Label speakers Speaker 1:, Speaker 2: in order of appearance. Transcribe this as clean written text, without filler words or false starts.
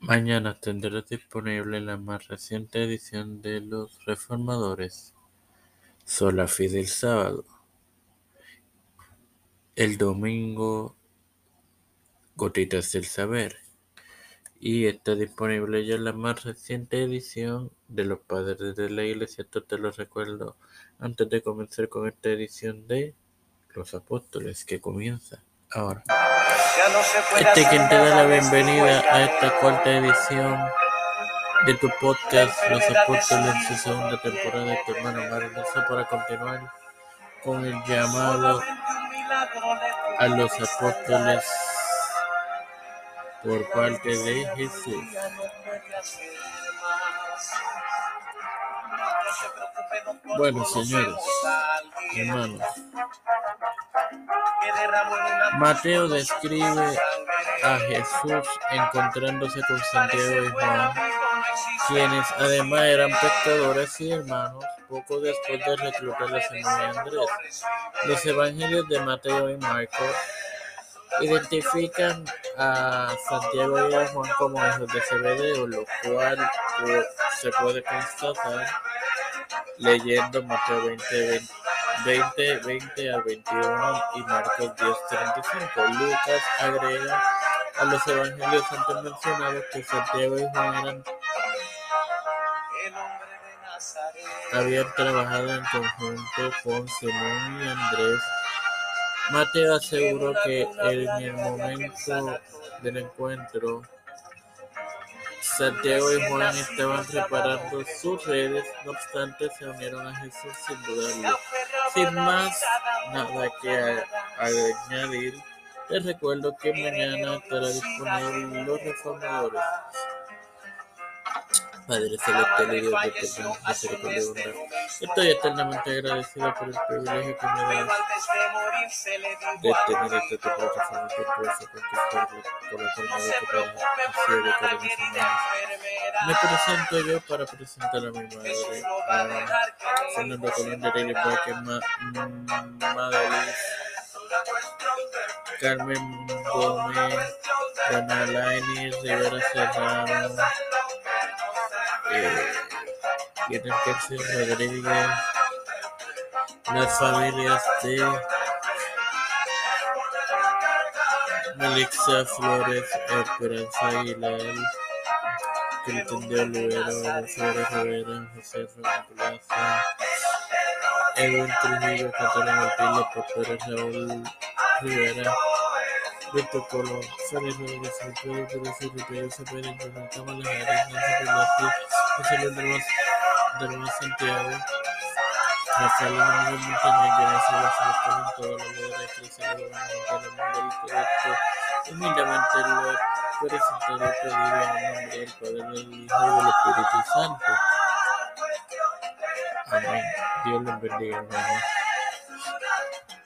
Speaker 1: Mañana tendrás disponible la más reciente edición de Los Reformadores, Sola Fide el sábado, el domingo Gotitas del Saber, y está disponible ya la más reciente edición de Los Padres de la Iglesia. Esto te lo recuerdo antes de comenzar con esta edición de Los Apóstoles que comienza ahora. Quien te da la bienvenida a esta cuarta edición de tu podcast Los Apóstoles en su segunda temporada, de tu hermano Mario Nelson, para continuar con el llamado a los apóstoles por parte de Jesús. Bueno, señores, hermanos, Mateo describe a Jesús encontrándose con Santiago y Juan, quienes además eran pescadores y hermanos, poco después de reclutar a Simón y Andrés. Los evangelios de Mateo y Marcos identifican a Santiago y a Juan como hijos de Zebedeo, lo cual se puede constatar leyendo Mateo 20 al 21 y Marcos 10:35. Lucas agrega a los evangelios antes mencionados que Santiago y Juan habían trabajado en conjunto con Simón y Andrés. Mateo aseguró que en el momento del encuentro, Santiago y Juan estaban reparando sus redes, no obstante se unieron a Jesús sin dudarlo. Sin más nada que añadir, les recuerdo que mañana estará disponible Los Reformadores. Padre celestial y Dios de eterna misericordia y bondad, estoy eternamente agradecido por el privilegio que me das de tener esta tu plataforma virtuosa con tu pueblo, por la cual me ocuparé así educar a mis hermanos. Me presento yo para presentar a mi madre, a Fernando Colón de Reyes Vázquez, Madelis, Carmen Gómez, Dana Laini, Rivera Serrano, Tercer Rodríguez, las familias de Melissa Flores, Esperanza Aguilar, Cristian de Olivero, Flores Rivera, José Ramón Plaza, Edwin Trujillo, Catalina Ortiz, Pastores Raúl Rivera, Víctor Colón, Félix Rodríguez, Alfredo Pérez, Ripeyo Cepeda, Jonathan Malajares, Nancy Pelosi, José Luis del Mar Santiago, Rafael Manuel Montañez, Jennifer González Colón, todos los líderes cristianos gobernantes del mundo directo, humildemente lo presentado y pedido en el nombre del Padre, del Hijo y del Espíritu Santo. Amén. Dios los bendiga, hermanos.